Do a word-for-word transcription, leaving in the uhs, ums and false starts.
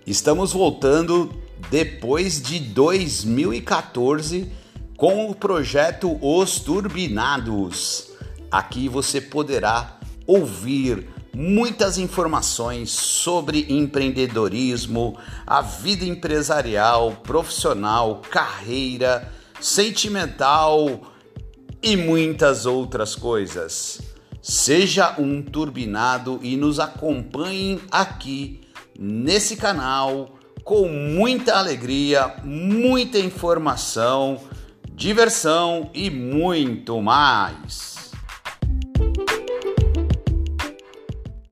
Estamos voltando depois de dois mil e quatorze com o projeto Os Turbinados. Aqui você poderá ouvir muitas informações sobre empreendedorismo, a vida empresarial, profissional, carreira, sentimental e muitas outras coisas. Seja um turbinado e nos acompanhem aqui nesse canal com muita alegria, muita informação, diversão e muito mais.